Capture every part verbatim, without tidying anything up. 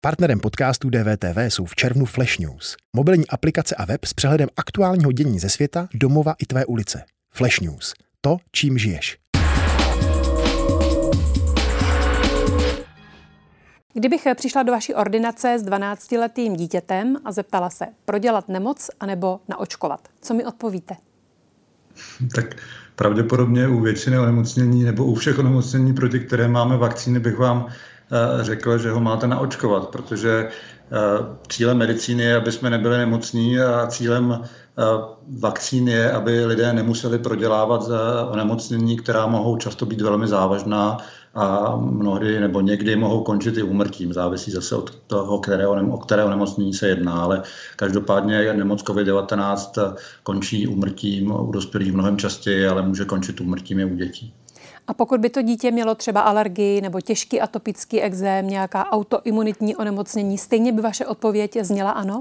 Partnerem podcastu D V T V jsou v červnu Flash News. Mobilní aplikace a web s přehledem aktuálního dění ze světa, domova i tvé ulice. Flash News. To, čím žiješ. Kdybych přišla do vaší ordinace s dvanáctiletým dítětem a zeptala se, prodělat nemoc anebo naočkovat, co mi odpovíte? Tak pravděpodobně u většiny onemocnění nebo u všech onemocnění, proti které máme vakcíny, bych vám řekl, že ho máte naočkovat, protože cílem medicíny je, aby jsme nebyli nemocní a cílem vakcín je, aby lidé nemuseli prodělávat onemocnění, která mohou často být velmi závažná a mnohdy nebo někdy mohou končit i úmrtím. Závisí zase od toho, které, o které onemocnění se jedná, ale každopádně nemoc covid devatenáct končí úmrtím u dospělých mnohem častěji, ale může končit úmrtím i u dětí. A pokud by to dítě mělo třeba alergii nebo těžký atopický ekzém, nějaká autoimunitní onemocnění, stejně by vaše odpověď zněla ano?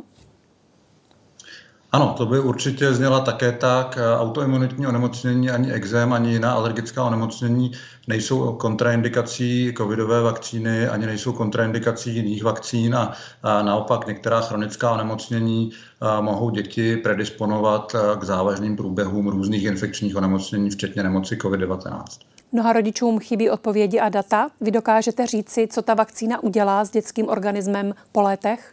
Ano, to by určitě zněla také tak. Autoimunitní onemocnění, ani ekzém, ani jiná alergická onemocnění nejsou kontraindikací covidové vakcíny, ani nejsou kontraindikací jiných vakcín a, a naopak některá chronická onemocnění a, mohou děti predisponovat k závažným průběhům různých infekčních onemocnění, včetně nemoci covid devatenáct. Mnoha rodičům chybí odpovědi a data. Vy dokážete říci, co ta vakcína udělá s dětským organismem po létech?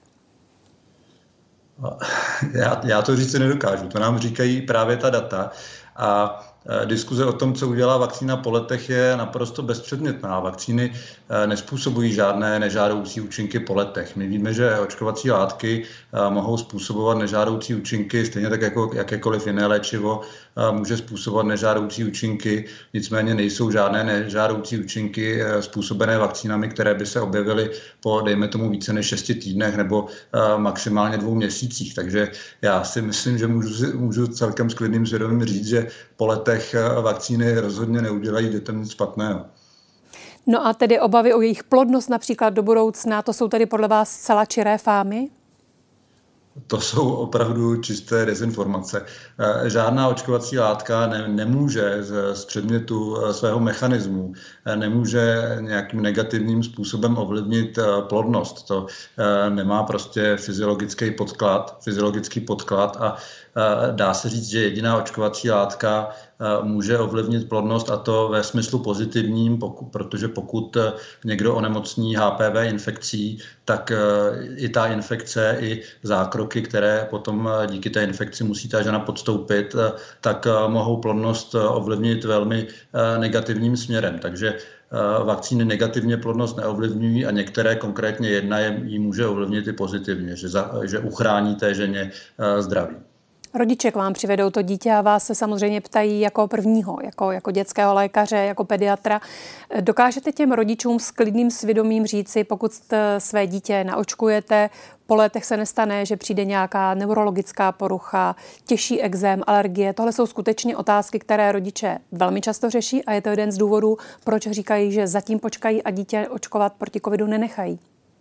Já, já to říct si nedokážu, to nám říkají právě ta data a diskuze o tom, co udělá vakcína po letech, je naprosto bezpředmětná. Vakcíny nezpůsobují žádné nežádoucí účinky po letech. My víme, že očkovací látky mohou způsobovat nežádoucí účinky, stejně tak jako jakékoliv jiné léčivo může způsobovat nežádoucí účinky, nicméně nejsou žádné nežádoucí účinky způsobené vakcínami, které by se objevily po, dejme tomu, více než šesti týdnech nebo maximálně dvou měsících. Takže já si myslím, že můžu, můžu celkem s klidným svědomím říct, že po letech vakcíny rozhodně neudělají dětem nic špatného. No a tedy obavy o jejich plodnost například do budoucna, to jsou tedy podle vás zcela čiré fámy? To jsou opravdu čisté dezinformace. Žádná očkovací látka ne, nemůže z, z předmětu svého mechanismu, nemůže nějakým negativním způsobem ovlivnit plodnost. To nemá prostě fyziologický podklad, fyziologický podklad a dá se říct, že jediná očkovací látka může ovlivnit plodnost, a to ve smyslu pozitivním, pokud, protože pokud někdo onemocní H P V infekcí, tak i ta infekce, i zákroky, které potom díky té infekci musí ta žena podstoupit, tak mohou plodnost ovlivnit velmi negativním směrem. Takže vakcíny negativně plodnost neovlivňují a některé, konkrétně jedna, ji může ovlivnit i pozitivně, že, za, že uchrání té ženě zdraví. Rodiče k vám přivedou to dítě a vás se samozřejmě ptají jako prvního, jako, jako dětského lékaře, jako pediatra. Dokážete těm rodičům s klidným svědomím říci, pokud své dítě naočkujete, po letech se nestane, že přijde nějaká neurologická porucha, těžší ekzém, alergie. Tohle jsou skutečně otázky, které rodiče velmi často řeší a je to jeden z důvodů, proč říkají, že zatím počkají a dítě očkovat proti covidu nenechají.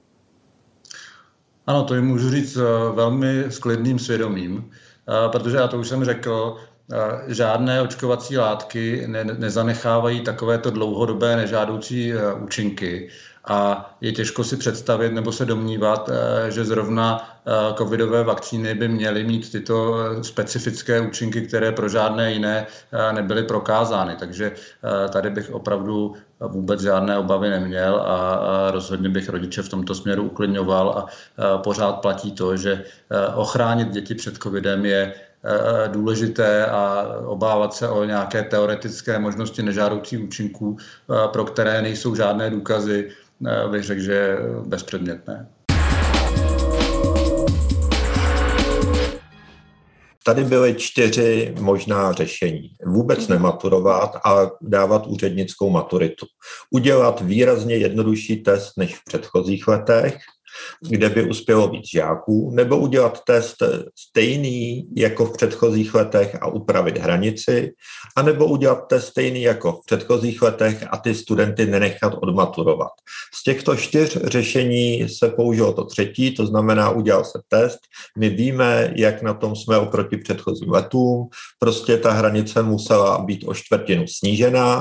Ano, to jim můžu říct velmi s klidným svědomím. Protože, já to už jsem řekl, žádné očkovací látky ne, nezanechávají takovéto dlouhodobé nežádoucí účinky a je těžko si představit nebo se domnívat, že zrovna covidové vakcíny by měly mít tyto specifické účinky, které pro žádné jiné nebyly prokázány. Takže tady bych opravdu vůbec žádné obavy neměl a rozhodně bych rodiče v tomto směru uklidňoval a pořád platí to, že ochránit děti před covidem je důležité a obávat se o nějaké teoretické možnosti nežádoucích účinků, pro které nejsou žádné důkazy, bych řekl, že je bezpředmětné. Tady byly čtyři možná řešení. Vůbec nematurovat a dávat úřednickou maturitu. Udělat výrazně jednodušší test než v předchozích letech, kde by uspělo víc žáků, nebo udělat test stejný jako v předchozích letech a upravit hranici, anebo udělat test stejný jako v předchozích letech a ty studenty nenechat odmaturovat. Z těchto čtyř řešení se použilo to třetí, to znamená udělal se test, my víme, jak na tom jsme oproti předchozím letům, prostě ta hranice musela být o čtvrtinu snížená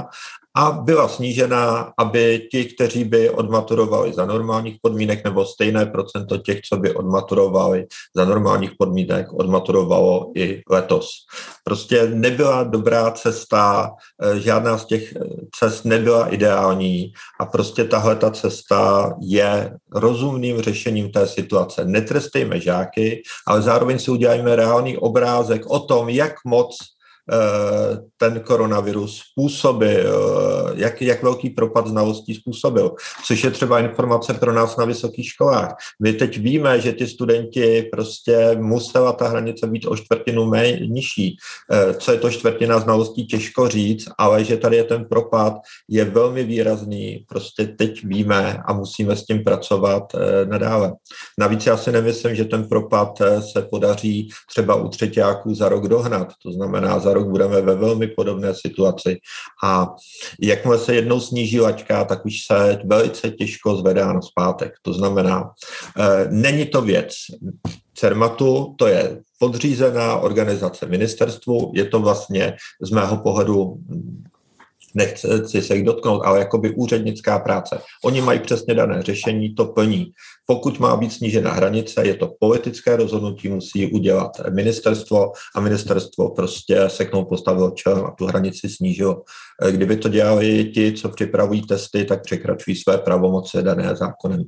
a byla snížena, aby ti, kteří by odmaturovali za normálních podmínek, nebo stejné procento těch, co by odmaturovali za normálních podmínek, odmaturovalo i letos. Prostě nebyla dobrá cesta, žádná z těch cest nebyla ideální a prostě tahle ta cesta je rozumným řešením té situace. Netrestejme žáky, ale zároveň si udělajme reálný obrázek o tom, jak moc ten koronavirus způsobil, jak, jak velký propad znalostí způsobil, což je třeba informace pro nás na vysokých školách. My teď víme, že ti studenti prostě musela ta hranice být o čtvrtinu méně nižší. Co je to čtvrtina znalostí, těžko říct, ale že tady je ten propad, je velmi výrazný, prostě teď víme a musíme s tím pracovat nadále. Navíc já si nemyslím, že ten propad se podaří třeba u třeťáků za rok dohnat, to znamená za rok budeme ve velmi podobné situaci a jakmile se jednou sníží laťka, tak už se velice těžko zvedá na zpátek. To znamená, e, není to věc Cermatu, to je podřízená organizace ministerstvu, je to vlastně z mého pohledu, nechci se jich dotknout, ale jakoby úřednická práce. Oni mají přesně dané řešení, to plní. Pokud má být snížena hranice, je to politické rozhodnutí, musí udělat ministerstvo a ministerstvo prostě se k tomu postavilo čelem a tu hranici snížilo. Kdyby to dělali ti, co připravují testy, tak překračují své pravomoci dané zákonem.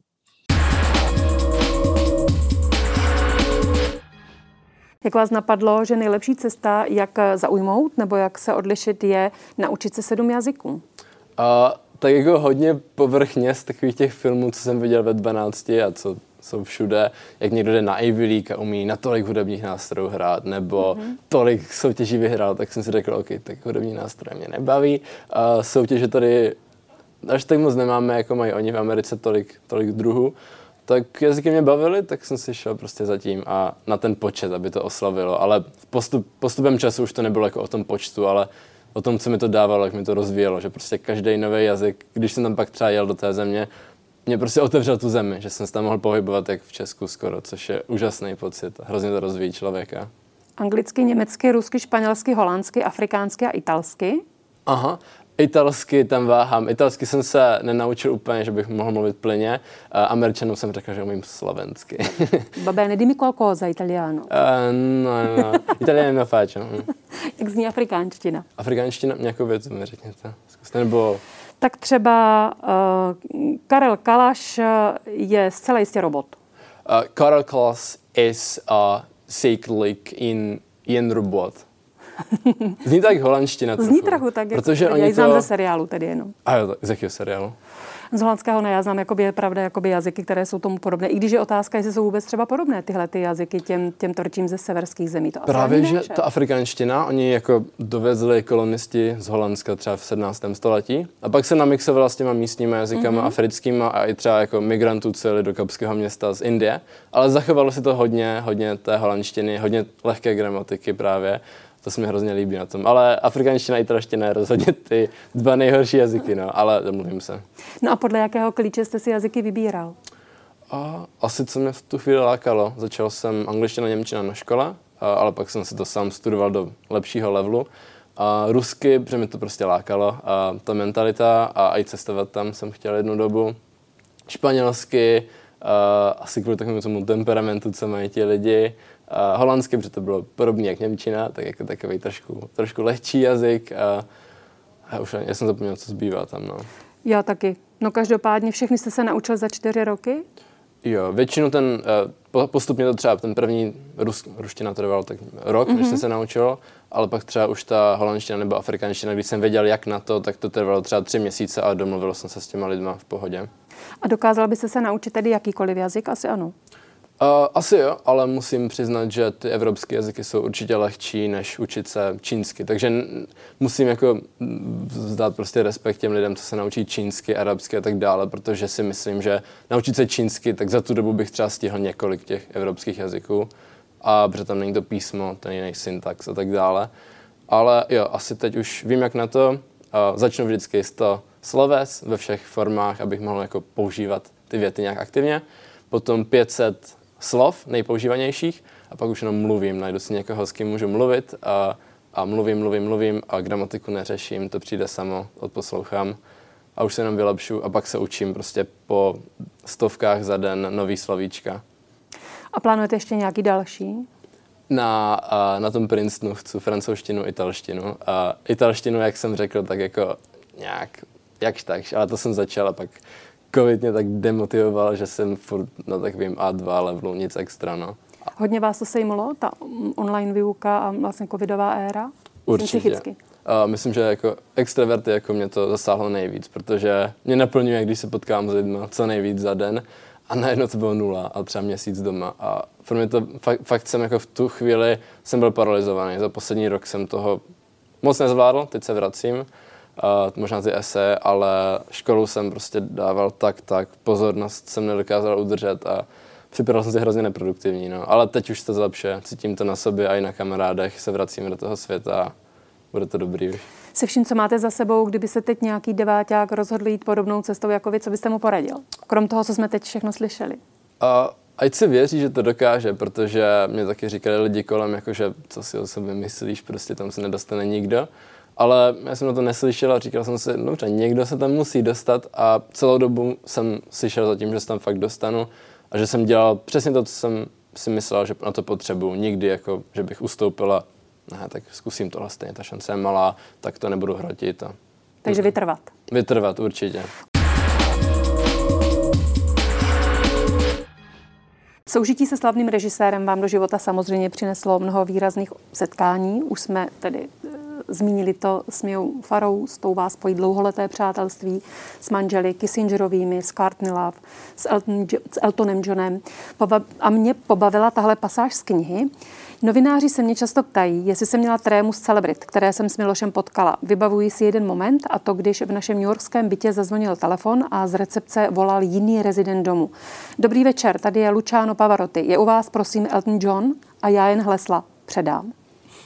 Jak vás napadlo, že nejlepší cesta, jak zaujmout nebo jak se odlišit, je naučit se sedm jazyků? A tak jako hodně povrchně z takových těch filmů, co jsem viděl ve dvanácti a co jsou všude, jak někdo jde na Ivy League a umí na tolik hudebních nástrojů hrát, nebo mm-hmm. tolik soutěží vyhrál, tak jsem si řekl, OK, tak hudební nástroje mě nebaví. A soutěže tady až tak moc nemáme, jako mají oni v Americe tolik, tolik druhů. Tak jazyky mě bavily, tak jsem si šel prostě za tím a na ten počet, aby to oslavilo. Ale postup, postupem času už to nebylo jako o tom počtu, ale o tom, co mi to dávalo, jak mi to rozvíjelo. Že prostě každý nový jazyk, když jsem tam pak třeba jel do té země, mě prostě otevřel tu zemi, že jsem se tam mohl pohybovat jak v Česku skoro, což je úžasný pocit. Hrozně to rozvíjí člověka. Anglicky, německy, rusky, španělsky, holandsky, afrikánsky a italsky? Aha. Italsky tam váhám. Italsky jsem se nenaučil úplně, že bych mohl mluvit plyně. Američanům jsem řekl, že umím slovensky. Va bene, dimmi qualcosa italiano. Uh, no, no. Italiano non faccio. Jak zní afrikánština? Afrikánština? Nějakou věc mi řekněte. Zkuste, nebo... Tak třeba uh, Karel Kalaš je zcela jistě robot. Uh, Karel Kalaš is a cyclic in, in robot. Zní tak holandština trochu. Zní trochu tak, protože jako, oni já to... znám ze seriálu tedy jenom. A jo, z jakého seriálu? Z holandského ne, já znám jakoby, pravda, jakoby jazyky, které jsou tomu podobné. I když je otázka, jestli jsou vůbec třeba podobné tyhle ty jazyky těm, těm torčím ze severských zemí. To Právě, asi že ne, ta afrikánština, oni jako dovezli kolonisti z Holandska třeba v sedmnáctém století a pak se namixovala s těma místníma jazykama mm-hmm. africkýma a i třeba jako migrantů, co jeli do Kapského města z Indie, ale zachovalo si to hodně, hodně té holandštiny, hodně lehké gramatiky právě. To se mi hrozně líbí na tom. Ale afrikánština a italština je rozhodně ty dva nejhorší jazyky, no, ale domluvím se. No a podle jakého klíče jste si jazyky vybíral? A asi co mě v tu chvíli lákalo. Začal jsem angličtina, němčina na škole, a, ale pak jsem si to sám studoval do lepšího levelu. A rusky, protože mi to prostě lákalo. A ta mentalita a i cestovat tam jsem chtěl jednu dobu. Španělsky, a, asi kvůli takovému tomu temperamentu, co mají ti lidi. A holandsky, protože to bylo podobně jak němčina, tak jako takový trošku, trošku lehčí jazyk a, a už já jsem zapomněl, co zbývá tam, no. Já taky. No každopádně všechny jste se naučil za čtyři roky? Jo, většinu ten, postupně to třeba ten první rus, ruština trval tak rok, mm-hmm. než jsem se naučil, ale pak třeba už ta holandština nebo afrikánština, když jsem věděl, jak na to, tak to trvalo třeba tři měsíce a domluvil jsem se s těma lidma v pohodě. A dokázal byste se naučit tedy jakýkoliv jazyk? Asi ano. Uh, asi jo, ale musím přiznat, že ty evropské jazyky jsou určitě lehčí, než učit se čínsky. Takže n- musím jako vzdát prostě respekt těm lidem, co se naučí čínsky, arabsky a tak dále, protože si myslím, že naučit se čínsky, tak za tu dobu bych třeba stihl několik těch evropských jazyků. A protože tam není to písmo, ten jiný syntax a tak dále. Ale jo, asi teď už vím, jak na to. Uh, začnu vždycky z toho sloves ve všech formách, abych mohl jako používat ty věty nějak aktivně. Potom pět set slov nejpoužívanějších a pak už jenom mluvím, najdu si někoho, s kým můžu mluvit a a mluvím, mluvím, mluvím a gramatiku neřeším, to přijde samo, odposlouchám a už se jenom vylepšu a pak se učím prostě po stovkách za den nový slovíčka. A plánujete ještě nějaký další? Na, na tom Princetonu chci francouzštinu, italštinu. A italštinu, jak jsem řekl, tak jako nějak, jakž takž, ale to jsem začal a pak covid mě tak demotivoval, že jsem furt na takovým á dva levelu, nic extra, no. Hodně vás to sejmulo, ta online výuka a vlastně covidová éra? Určitě. Psychicky. A myslím, že jako extraverty jako mě to zasáhlo nejvíc, protože mě naplňuje, když se potkám s lidmi co nejvíc za den a najednou to bylo nula a třeba měsíc doma a pro mě to fakt, fakt jsem jako v tu chvíli jsem byl paralizovaný. Za poslední rok jsem toho moc nezvládl, teď se vracím, uh, možná ty eseje, ale školu jsem prostě dával tak, tak, pozornost jsem nedokázal udržet a připadal jsem si hrozně neproduktivní, no. Ale teď už to zlepšuje, cítím to na sobě a i na kamarádech, se vracíme do toho světa a bude to dobrý už. Se vším, co máte za sebou, kdyby se teď nějaký deváťák rozhodl jít podobnou cestou jako vy, co byste mu poradil? Krom toho, co jsme teď všechno slyšeli. A ať si věří, že to dokáže, protože mě taky říkali lidi kolem, jakože co si o sobě myslíš, prostě tam se nedostane nikdo. Ale já jsem na to neslyšel a říkal jsem si, dobře, někdo se tam musí dostat a celou dobu jsem slyšel zatím, že se tam fakt dostanu a že jsem dělal přesně to, co jsem si myslel, že na to potřebuju. Nikdy, jako, že bych ustoupila, ne, tak zkusím tohle stejně, ta šance je malá, tak to nebudu hrotit. A... Takže vytrvat. Vytrvat, určitě. Soužití se slavným režisérem vám do života samozřejmě přineslo mnoho výrazných setkání. Už jsme tedy e, zmínili to s Miou Farrow, s tou vás spojí dlouholeté přátelství, s manželi Kissingerovými, s Courtney Love, s, Elton, s Eltonem Johnem. Poba- a mě pobavila tahle pasáž z knihy. Novináři se mě často ptají, jestli jsem měla trému z celebrit, které jsem s Milošem potkala. Vybavuji si jeden moment, a to když v našem newyorském bytě zazvonil telefon a z recepce volal jiný rezident domu. Dobrý večer, tady je Luciano Pavarotti. Je u vás, prosím, Elton John? A já jen hlesla. Předám.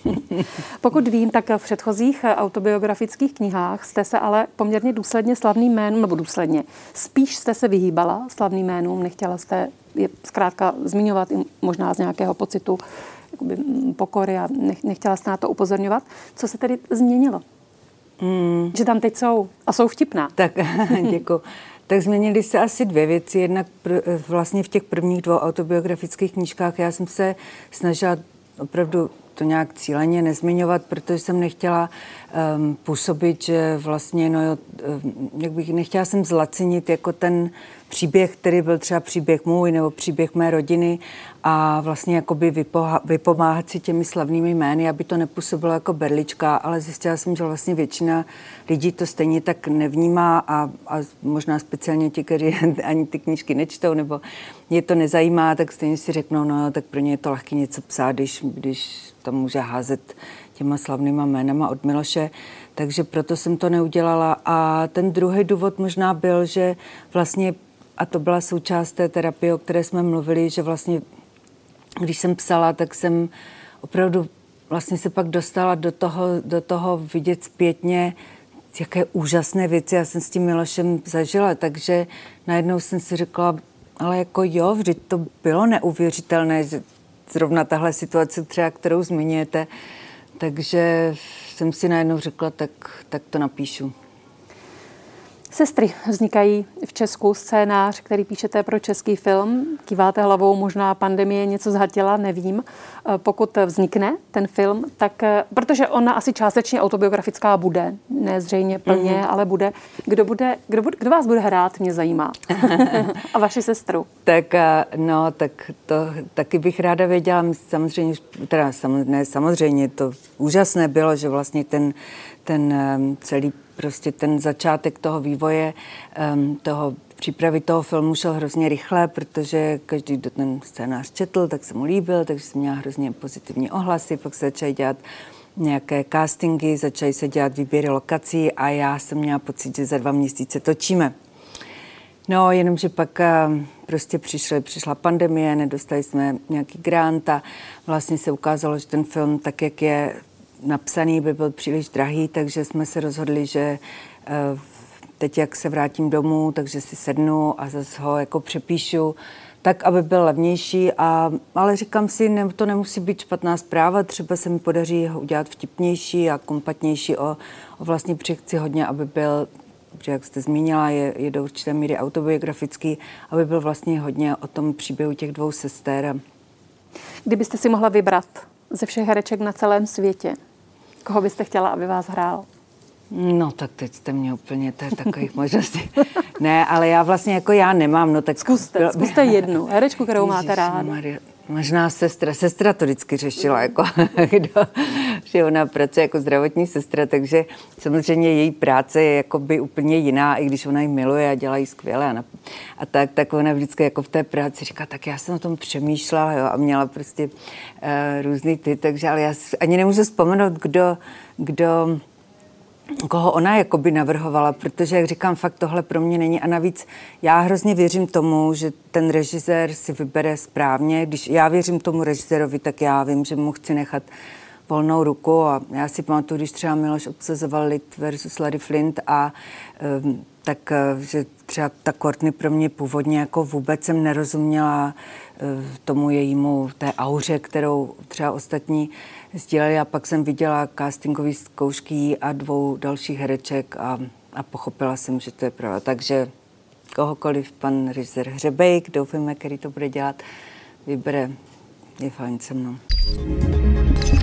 Pokud vím, tak v předchozích autobiografických knihách jste se ale poměrně důsledně slavným jménům, nebo důsledně, spíš jste se vyhýbala slavným jménům, nechtěla jste je zkrátka zmiňovat i možná z nějakého pocitu jakoby pokory a nechtěla jste na to upozorňovat. Co se tedy změnilo? Mm. Že tam teď jsou a jsou vtipná. Tak, děkuji. Tak změnily se asi dvě věci. Jednak pr- vlastně v těch prvních dvou autobiografických knížkách já jsem se snažila opravdu to nějak cíleně nezmiňovat, protože jsem nechtěla um, působit, že vlastně, no jo, um, jak bych nechtěla jsem zlacinit jako ten příběh, který byl třeba příběh můj nebo příběh mé rodiny a vlastně jakoby vypoha- vypomáhat si těmi slavnými jmény, aby to nepůsobilo jako berlička, ale zjistila jsem, že vlastně většina lidí to stejně tak nevnímá a, a možná speciálně ti, kteří ani ty knížky nečtou nebo je to nezajímá, tak stejně si řeknou, no tak pro ně je to lehké něco psát, když, když tam může házet těma slavnýma jménama od Miloše, takže proto jsem to neudělala. A ten druhý důvod možná byl, že vlastně, a to byla součást té terapie, o které jsme mluvili, že vlastně, když jsem psala, tak jsem opravdu vlastně se pak dostala do toho, do toho vidět zpětně, jaké úžasné věci já jsem s tím Milošem zažila, takže najednou jsem si řekla, ale jako jo, vždyť to bylo neuvěřitelné, že zrovna tahle situace třeba, kterou zmiňujete, takže jsem si najednou řekla, tak, tak to napíšu. Sestry vznikají v Česku, scénář, který píšete pro český film. Kýváte hlavou, možná pandemie něco zhatila, nevím. Pokud vznikne ten film, tak, protože ona asi částečně autobiografická bude, ne zřejmě plně, mm-hmm. ale bude. Kdo, bude, kdo, bude, kdo vás bude hrát, mě zajímá. A vaši sestru. Tak no, tak to taky bych ráda věděla, samozřejmě, teda samozřejmě, samozřejmě to úžasné bylo, že vlastně ten, ten celý prostě ten začátek toho vývoje, toho přípravy toho filmu šel hrozně rychle, protože každý, kdo ten scénář četl, tak se mu líbil, takže jsem měla hrozně pozitivní ohlasy, pak se začaly dělat nějaké castingy, začaly se dělat výběry lokací a já jsem měla pocit, že za dva měsíce točíme. No, jenomže pak prostě přišly, přišla pandemie, nedostali jsme nějaký grant a vlastně se ukázalo, že ten film, tak jak je napsaný, by byl příliš drahý, takže jsme se rozhodli, že teď, jak se vrátím domů, takže si sednu a zase ho jako přepíšu, tak, aby byl levnější, a, ale říkám si, ne, to nemusí být špatná zpráva, třeba se mi podaří ho udělat vtipnější a kompaktnější o, o vlastní příchci hodně, aby byl, protože jak jste zmínila, je, je do určité míry autobiografický, aby byl vlastně hodně o tom příběhu těch dvou sester. Kdybyste si mohla vybrat ze všech hereček na celém světě, koho byste chtěla, aby vás hrál? No tak teď jste mě úplně, to je takových možností. Ne, ale já vlastně jako já nemám, no tak... Zkuste, zkuste jednu herečku, kterou Ježiš, máte ráda. Maria, možná sestra, sestra to vždycky řešila, jako kdo, že ona pracuje jako zdravotní sestra, takže samozřejmě její práce je jakoby úplně jiná, i když ona ji miluje a dělá ji skvěle a, a tak, tak ona vždycky jako v té práci říká, tak já jsem o tom přemýšlela, jo, a měla prostě uh, různý ty, takže, ale já ani nemůžu vzpomenout, kdo, kdo koho ona jakoby navrhovala, protože, jak říkám, fakt tohle pro mě není. A navíc já hrozně věřím tomu, že ten režisér si vybere správně. Když já věřím tomu režisérovi, tak já vím, že mu chci nechat volnou ruku. A já si pamatuju, když třeba Miloš obsazoval Lid versus Larry Flint, a um, tak, že třeba ta Courtney pro mě původně jako vůbec jsem nerozuměla uh, tomu jejímu, té auře, kterou třeba ostatní sdíleli, a pak jsem viděla castingové zkoušky a dvou dalších hereček a, a pochopila jsem, že to je pravda. Takže kohokoliv pan režisér Hřebejk, doufujeme, který to bude dělat, vybere, je fajn se mnou.